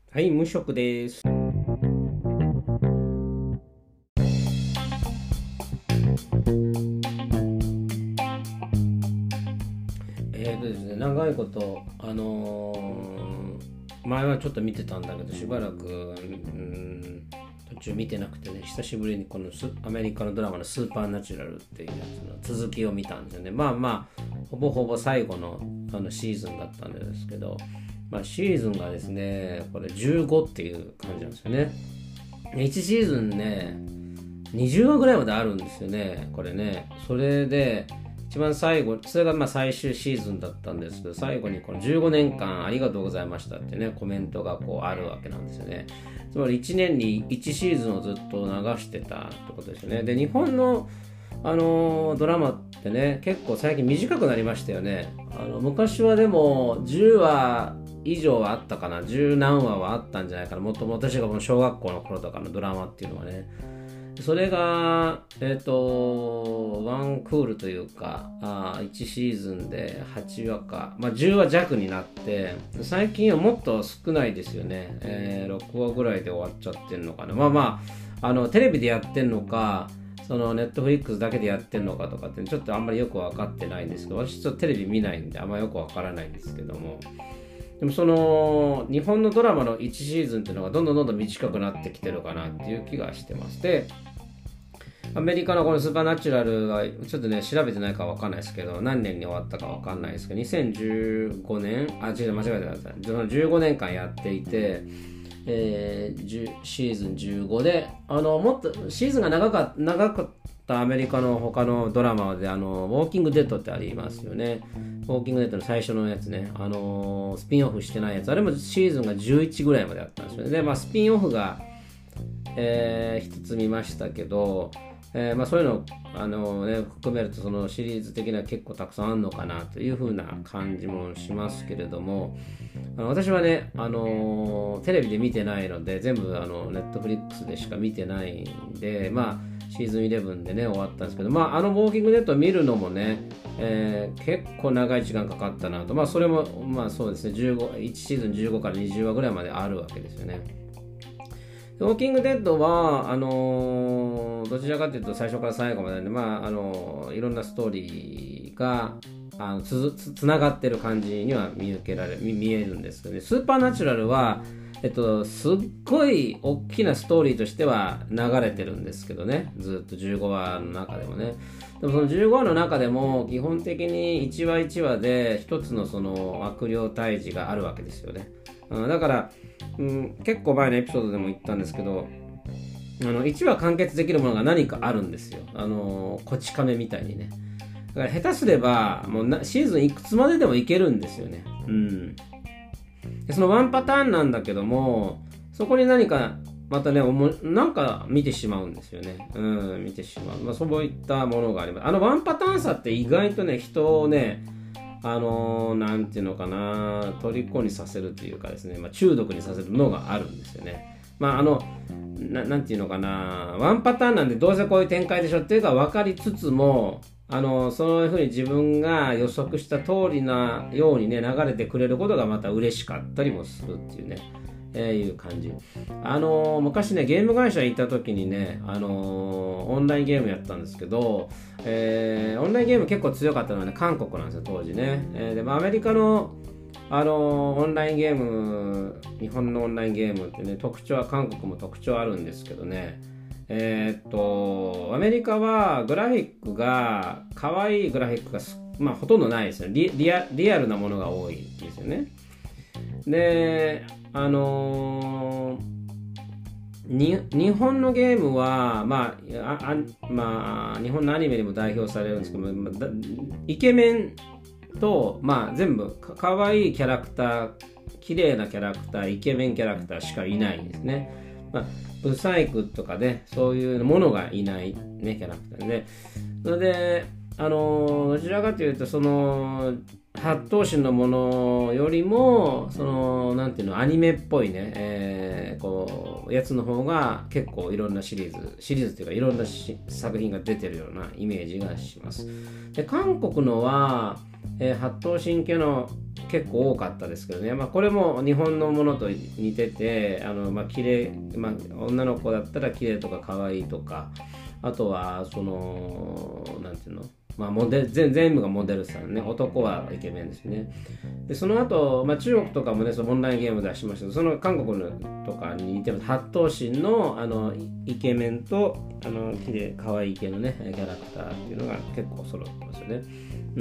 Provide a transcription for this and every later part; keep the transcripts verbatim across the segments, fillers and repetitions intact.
はい、無職です。えーとですね、長いこと、あのー前はちょっと見てたんだけど、しばらく、うん、途中見てなくてね、久しぶりにこのスアメリカのドラマのスーパーナチュラルっていうやつの続きを見たんですよね。まあまあ、ほぼほぼ最後の、あのシーズンだったんですけど、まあ、シーズンがですね、これじゅうごっていう感じなんですよね。いちシーズンね、にじゅうわぐらいまであるんですよね、これね。それで、一番最後、それがまあ最終シーズンだったんですけど、最後にこのじゅうごねんかんありがとうございましたってね、コメントがこうあるわけなんですよね。つまりいちねんにいちシーズンをずっと流してたってことですよね。で、日本のあのドラマってね、結構最近短くなりましたよね。あの昔はでもじゅうわ以上はあったかな、じゅう何話はあったんじゃないかな、もっとも私がもう小学校の頃とかのドラマっていうのはね。それが、えっ、と、ワンクールというか、あいちシーズンではちわか、まあ、じゅうわ弱になって、最近はもっと少ないですよね。えーろくわぐらいで終わっちゃってんのかな。まあまあ、あのテレビでやってんのか、そのネットフリックスだけでやってんのかとかってちょっとあんまりよく分かってないんですけど、私ちょっとテレビ見ないんであんまりよく分からないんですけども、でもその日本のドラマのいちシーズンっていうのがどんどんどんどん短くなってきてるかなっていう気がしてます。で、アメリカのこのスーパーナチュラルはちょっとね調べてないか分かんないですけど、何年に終わったか分かんないですけど、にせんじゅうごねん、あ違う間違えてください、そのじゅうごねんかんやっていて、えー、シーズンじゅうごで、あのもっとシーズンが長か長かったアメリカの他のドラマで、あのウォーキングデッドってありますよね。ウォーキングデッドの最初のやつね、あのスピンオフしてないやつ、あれもシーズンがじゅういちぐらいまであったんですよね。で、まあ、スピンオフが、えー、一つ見ましたけど、えーまあ、そういうのあの、ね、含めるとそのシリーズ的な結構たくさんあるのかなというふうな感じもしますけれども、あの私はね、あのテレビで見てないので、全部あのネットフリックスでしか見てないんで、まあシーズンじゅういちでね終わったんですけど、まああのウォーキングデッドを見るのもね、えー結構長い時間かかったなと。まあそれもまあそうですね、じゅうご、いちシーズンじゅうごからにじゅうわぐらいまであるわけですよね。ウォーキングデッドはあのーどちらかというと最初から最後までね、まああのーいろんなストーリーがあのつつつながってる感じには見受けられ見見えるんですけどね。スーパーナチュラルは、えっと、すっごい大きなストーリーとしては流れてるんですけどね、ずっとじゅうごわの中でもね。でもそのじゅうごわの中でも基本的にいちわいちわで一つのその悪霊退治があるわけですよね。うん、だから、うん、結構前のエピソードでも言ったんですけど、あのいちわ完結できるものが何かあるんですよ。あのこち亀みたいにね。だから下手すればもうなシーズンいくつまででもいけるんですよね。うん。でそのワンパターンなんだけども、そこに何かまたね、おもなんか見てしまうんですよね。うん、見てしまう。まあ、そういったものがあります。あのワンパターンさって意外とね、人をね、あのー、なんていうのかな、虜にさせるというかですね、まあ、中毒にさせるのがあるんですよね。まあ、あの、ななんていうのかな、ワンパターンなんでどうせこういう展開でしょっていうか分かりつつも、あの、そういうふうに自分が予測した通りなようにね、流れてくれることがまた嬉しかったりもするっていうね。えー、いう感じ。あのー昔ね、ゲーム会社に行った時にね、あのーオンラインゲームやったんですけど、えーオンラインゲーム結構強かったのはね、韓国なんですよ、当時ね。えーでもアメリカの、あのーオンラインゲーム、日本のオンラインゲームってね、特徴は、韓国も特徴あるんですけどね、えーっと、アメリカはグラフィックが、可愛いグラフィックがまあ、ほとんどないですね。リリア。リアルなものが多いですよね。で、あのーに日本のゲームは、まあああまあ、日本のアニメにも代表されるんですけど、まあ、イケメンと、まあ、全部かかわいいキャラクター、綺麗なキャラクター、イケメンキャラクターしかいないんですね。まあ、ブサイクとかね、そういうものがいない、ね、キャラクターで、それで、あのどちらかというとその八頭身のものよりもそのなんていうのアニメっぽいね、えー、こうやつの方が結構いろんなシリーズシリーズっていうかいろんな作品が出てるようなイメージがします。で韓国のは、えー、八頭身系の結構多かったですけどね、まあ、これも日本のものと似ててあの、まあ綺麗まあ、女の子だったら綺麗とか可愛いとか、あとはそのなんていうのまあ、モデル 全, 全部がモデルさんね、男はイケメンですね。でその後、まあ中国とかもねそのオンラインゲーム出しましたけど、その韓国のとかに似てます。八頭身のあのイケメンとあの綺麗可愛い系のねキャラクターっていうのが結構揃ってますよね。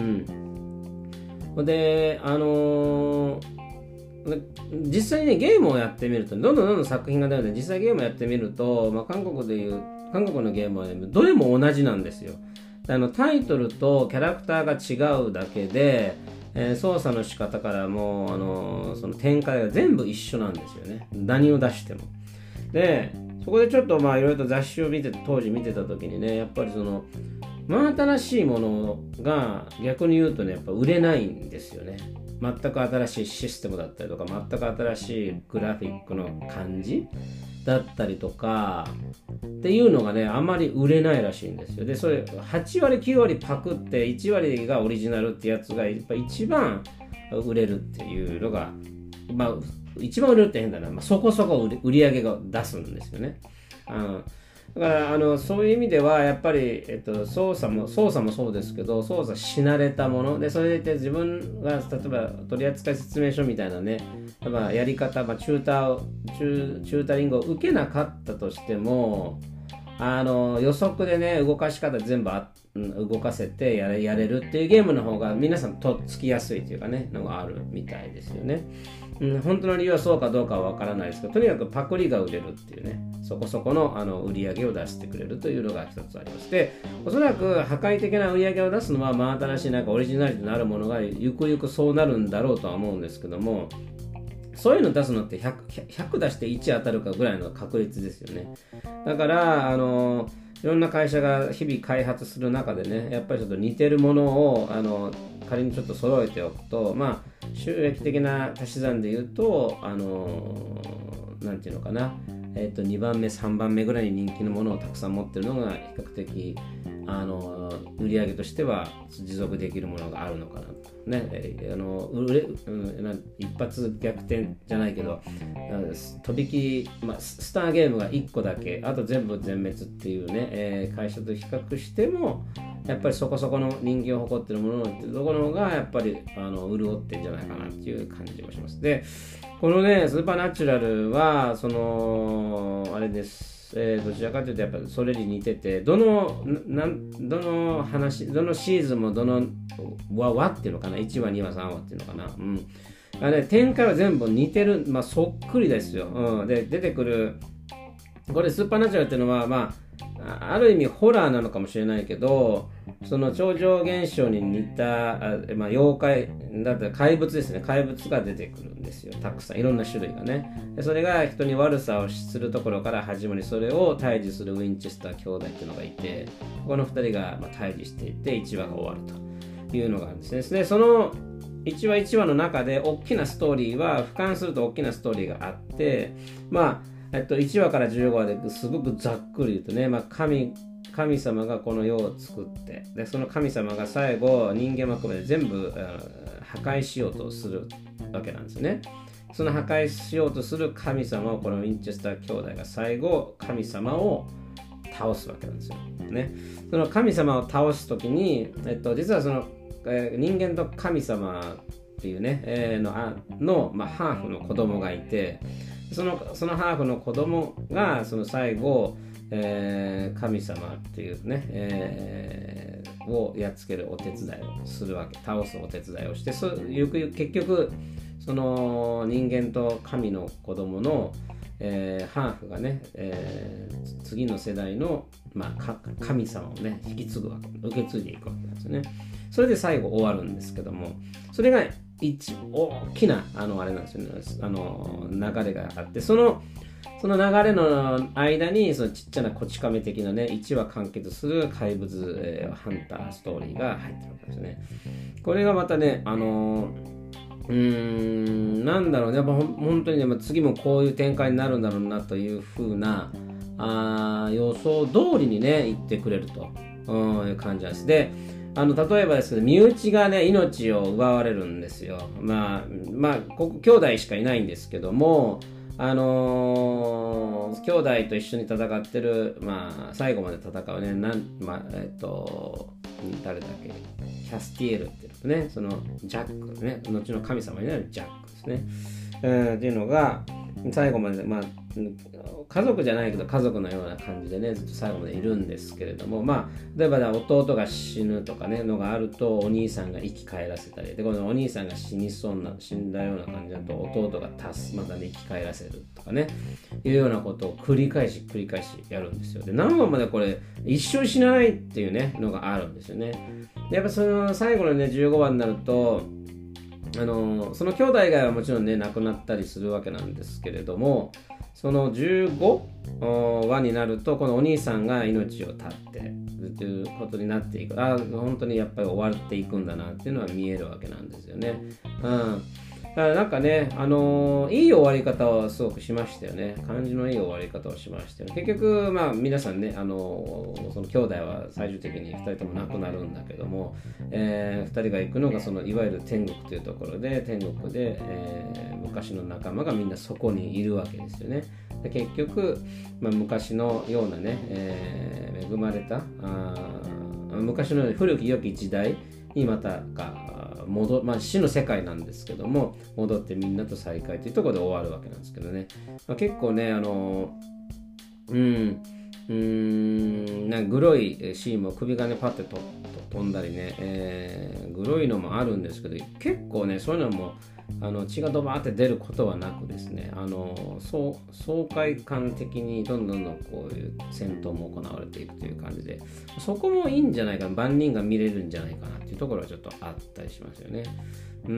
うん。であのー実際にねゲームをやってみるとどんどんどんどん作品が出るので、実際ゲームをやってみると、まあ、韓国でいう韓国のゲームは、ね、どれも同じなんですよ。あのタイトルとキャラクターが違うだけで、えー、操作の仕方からもあのー、その展開が全部一緒なんですよね、何を出しても。でそこでちょっとまあいろいろと雑誌を見て当時見てた時にね、やっぱりその真新しいものが逆に言うとねやっぱ売れないんですよね。全く新しいシステムだったりとか、全く新しいグラフィックの感じだったりとかっていうのがねあまり売れないらしいんですよ。でそれはち割きゅう割パクっていち割がオリジナルってやつがやっぱ一番売れるっていうのが、まあ一番売れるって変だな、まあ、そこそこ売り、売り上げが出すんですよね。あだからあのそういう意味ではやっぱり、えっと、操作も操作もそうですけど、操作し慣れたもので、それで自分が例えば取扱説明書みたいなねやっぱやり方、まあ、チューターチュー、チュータリングを受けなかったとしても、あの予測でね動かし方全部あ動かせてやれ、やれるっていうゲームの方が皆さんとっつきやすいというかねのがあるみたいですよね。うん、本当の理由はそうかどうかは分からないですけど、とにかくパクリが売れるっていうね、そこそこの、あの売り上げを出してくれるというのが一つありまして、おそらく破壊的な売り上げを出すのは真新しいなんかオリジナリティのあるものがゆくゆくそうなるんだろうとは思うんですけども、そういうの出すのって ひゃく, ひゃく出していち当たるかぐらいの確率ですよね。だからあのいろんな会社が日々開発する中でね、やっぱりちょっと似てるものをあの仮にちょっと揃えておくと、まあ収益的な足し算で言うと、あのなんていうのかな、えっとにばんめさんばんめぐらいに人気のものをたくさん持ってるのが比較的あの売り上げとしては持続できるものがあるのかなとね。えあの売れ、うん、一発逆転じゃないけどとびき、まあ、スターゲームがいっこだけあと全部全滅っていうね、えー、会社と比較してもやっぱりそこそこの人気を誇っているものっていうところの方がやっぱりあの潤ってんじゃないかなっていう感じがします。でこのねスーパーナチュラルはそのあれです、えー、どちらかというとやっぱりそれに似てて、どのなんどの話どのシーズンもどのわわっていうのかな、いちわにわさんわっていうのかな、うんあれ展開は全部似てる、まあそっくりですよ、うん、で出てくるこれスーパーナチュラルっていうのはまあある意味ホラーなのかもしれないけど、その超常現象に似たあ、まあ、妖怪だったら怪物ですね、怪物が出てくるんですよ、たくさんいろんな種類がね。でそれが人に悪さをするところから始まり、それを対峙するウィンチェスター兄弟っていうのがいて、このふたりがまあ対峙していていちわが終わるというのがあるんですね。でそのいちわいちわの中で大きなストーリーは俯瞰すると大きなストーリーがあって、まあえっと、いちわからじゅうごわですごくざっくり言うとね、まあ、神, 神様がこの世を作って、でその神様が最後人間も含めて全部破壊しようとするわけなんですよね。その破壊しようとする神様をこのウィンチェスター兄弟が最後神様を倒すわけなんですよ、ね、その神様を倒すときに、えっと、実はその、えー、人間と神様っていうね、えー、の, あの、まあ、ハーフの子供がいて、そのそのハーフの子供がその最後、えー、神様っていうね、えー、をやっつけるお手伝いをするわけ、倒すお手伝いをして、そゆくゆく結局その人間と神の子供の、えー、ハーフがね、えー、次の世代の、まあ、か神様をね引き継ぐわけ、受け継いでいくわけなんですよね。それで最後終わるんですけども、それが一大きなあのあれなんですよね、あの流れがあって、そのその流れの間にそのちっちゃなこち亀的なねいちわ完結する怪物、えー、ハンターストーリーが入ってるわけですね。これがまたね、あのーうーんなんだろうね、やっぱほん本当にね、まあ、次もこういう展開になるんだろうなという風なあ予想通りにね言ってくれると、うん、いう感じなんです。で、あの例えばですけど、身内がね命を奪われるんですよ。まあまあここ兄弟しかいないんですけども、あのー、兄弟と一緒に戦ってる、まあ最後まで戦うね、なんまあえっと誰だっけ、キャスティエルっていうね、そのジャックね、後の神様になるジャックですね、えー、っていうのが最後まで、まあ家族じゃないけど家族のような感じでねずっと最後までいるんですけれども、まあ例えば弟が死ぬとかねのがあると、お兄さんが生き返らせたりで、このお兄さんが死にそうな死んだような感じだと弟が助またね生き返らせるとかねいうようなことを繰り返し繰り返しやるんですよ。で、何話までこれ一生死なないっていうねのがあるんですよね。でやっぱその最後のねじゅうごわになると、あのその兄弟以外はもちろんね亡くなったりするわけなんですけれども、そのじゅうごわになるとこのお兄さんが命を絶ってということになっていく。ああ本当にやっぱり終わっていくんだなっていうのは見えるわけなんですよね。うん、だからなんかね、あのー、いい終わり方をすごくしましたよね。感じのいい終わり方をしましたよね。結局まあ皆さんね、あのー、その兄弟は最終的にふたりとも亡くなるんだけども、えー、ふたりが行くのがそのいわゆる天国というところで、天国で、えー、昔の仲間がみんなそこにいるわけですよね。で結局、まあ、昔のようなね、えー、恵まれたあ昔の古き良き時代にまたが戻、まあ、死の世界なんですけども戻ってみんなと再会というところで終わるわけなんですけどね、まあ、結構ねあのうんうーんなんかグロいシーンも首がねパッてと飛んだりね、えー、グロいのもあるんですけど、結構ねそういうのもあの血がドバーって出ることはなくですね、あの爽快感的にどんどんどんこういう戦闘も行われていくという感じで、そこもいいんじゃないかな、万人が見れるんじゃないかなっていうところはちょっとあったりしますよね。うん、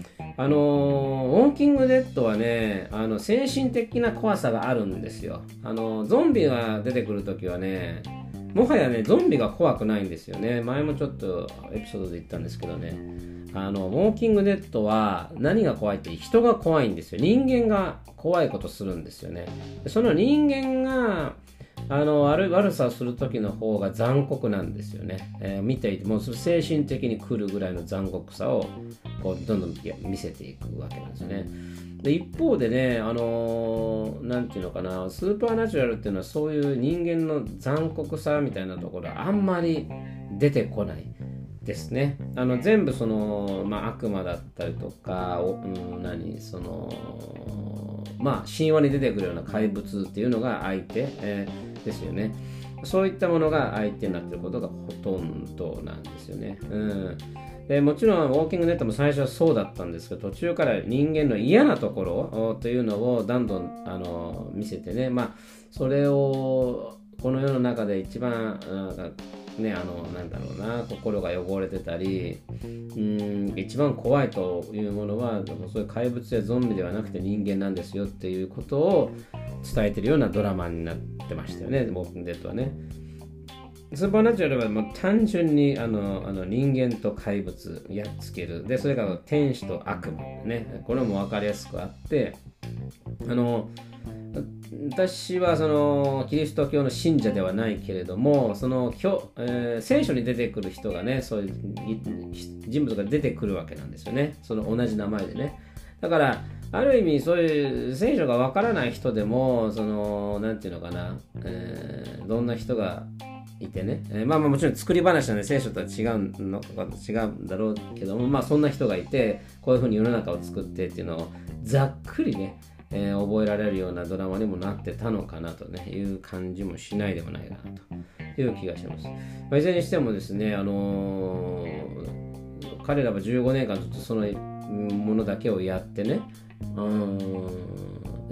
あのウォーキングデッドはね、あの精神的な怖さがあるんですよ。あのゾンビが出てくるときはね、もはやねゾンビが怖くないんですよね。前もちょっとエピソードで言ったんですけどね、あのウォーキングデッドは何が怖いって人が怖いんですよ。人間が怖いことするんですよね。その人間があの悪, 悪さをする時の方が残酷なんですよね、えー、見ていてもう精神的に来るぐらいの残酷さをこうどんどん見せていくわけなんですよね。で一方でね、あのー、なんていうのかな、スーパーナチュラルっていうのはそういう人間の残酷さみたいなところはあんまり出てこないですね。あの全部その、まあ、悪魔だったりとか、お、うん、何そのまあ神話に出てくるような怪物っていうのが相手、えー、ですよね。そういったものが相手になっていることがほとんどなんですよね。うん、でもちろんウォーキングデッドも最初はそうだったんですけど、途中から人間の嫌なところというのをどんどんあの見せてね、まあそれをこの世の中で一番ね、あのなんだろうな、心が汚れてたり、うーん一番怖いというものはそういう怪物やゾンビではなくて人間なんですよっていうことを伝えてるようなドラマになってましたよね、ウォーキングデッドはね。スーパーナチュラルはもう単純にあのあの人間と怪物やっつける。で、それから天使と悪魔ね。これも分かりやすくあって、あの私はそのキリスト教の信者ではないけれども、その、えー、聖書に出てくる人がね、そういう人物が出てくるわけなんですよね。その同じ名前でね。だからある意味そういう聖書がわからない人でも、そのなんていうのかな、えー、どんな人がいてね、えー、まあまあもちろん作り話なんで聖書とは違うの違うんだろうけども、まあそんな人がいてこういうふうに世の中を作ってっていうのをざっくりね、えー、覚えられるようなドラマにもなってたのかなと、ね、いう感じもしないでもないかなという気がします。まあ、いずれにしてもですね、あのー、彼らはじゅうごねんかんずっとそのものだけをやってね、うーん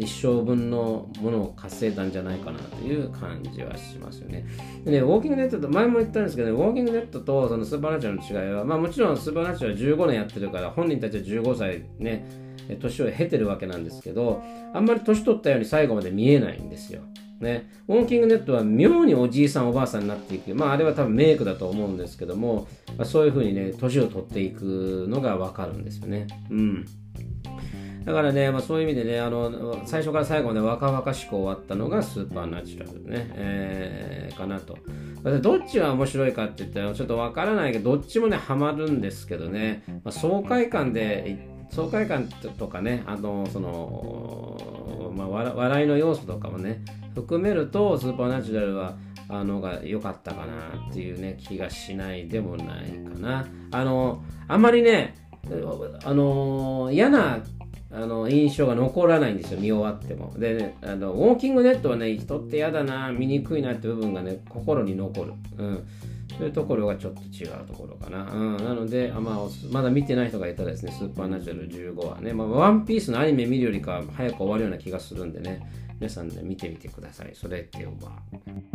一生分のものを稼いだんじゃないかなという感じはしますよね。でね、ウォーキングデッドと、前も言ったんですけど、ね、ウォーキングデッドとそのスーパーナチュラルの違いは、まあもちろんスーパーナチュラルはじゅうごねんやってるから、本人たちはじゅうごさいね、年を経てるわけなんですけど、あんまり年取ったように最後まで見えないんですよ。ね、ウォーキングデッドは妙におじいさんおばあさんになっていく、まああれは多分メイクだと思うんですけども、まあ、そういう風にね年を取っていくのが分かるんですよね。うん。だからね、まあ、そういう意味でね、あの最初から最後まで若々しく終わったのがスーパーナチュラルね、えー、かなと。どっちが面白いかって言ったらちょっと分からないけど、どっちもねハマるんですけどね、まあ、爽快感で爽快感とかね、あのその、まあ、笑いの要素とかもね含めるとスーパーナチュラルはあのが良かったかなっていうね気がしないでもないかな。あのあんまりね、あの嫌なあの印象が残らないんですよ、見終わっても。で、ね、あのウォーキングデッドはね、人って嫌だな、見にくいなって部分がね心に残る。うん、そういうところがちょっと違うところかな。うん、なので、あまあ、まだ見てない人がいたらですね、スーパーナチュラルじゅうごはね、まあ、ワンピースのアニメ見るよりかは早く終わるような気がするんでね、皆さんね、見てみてください。それっていうのは。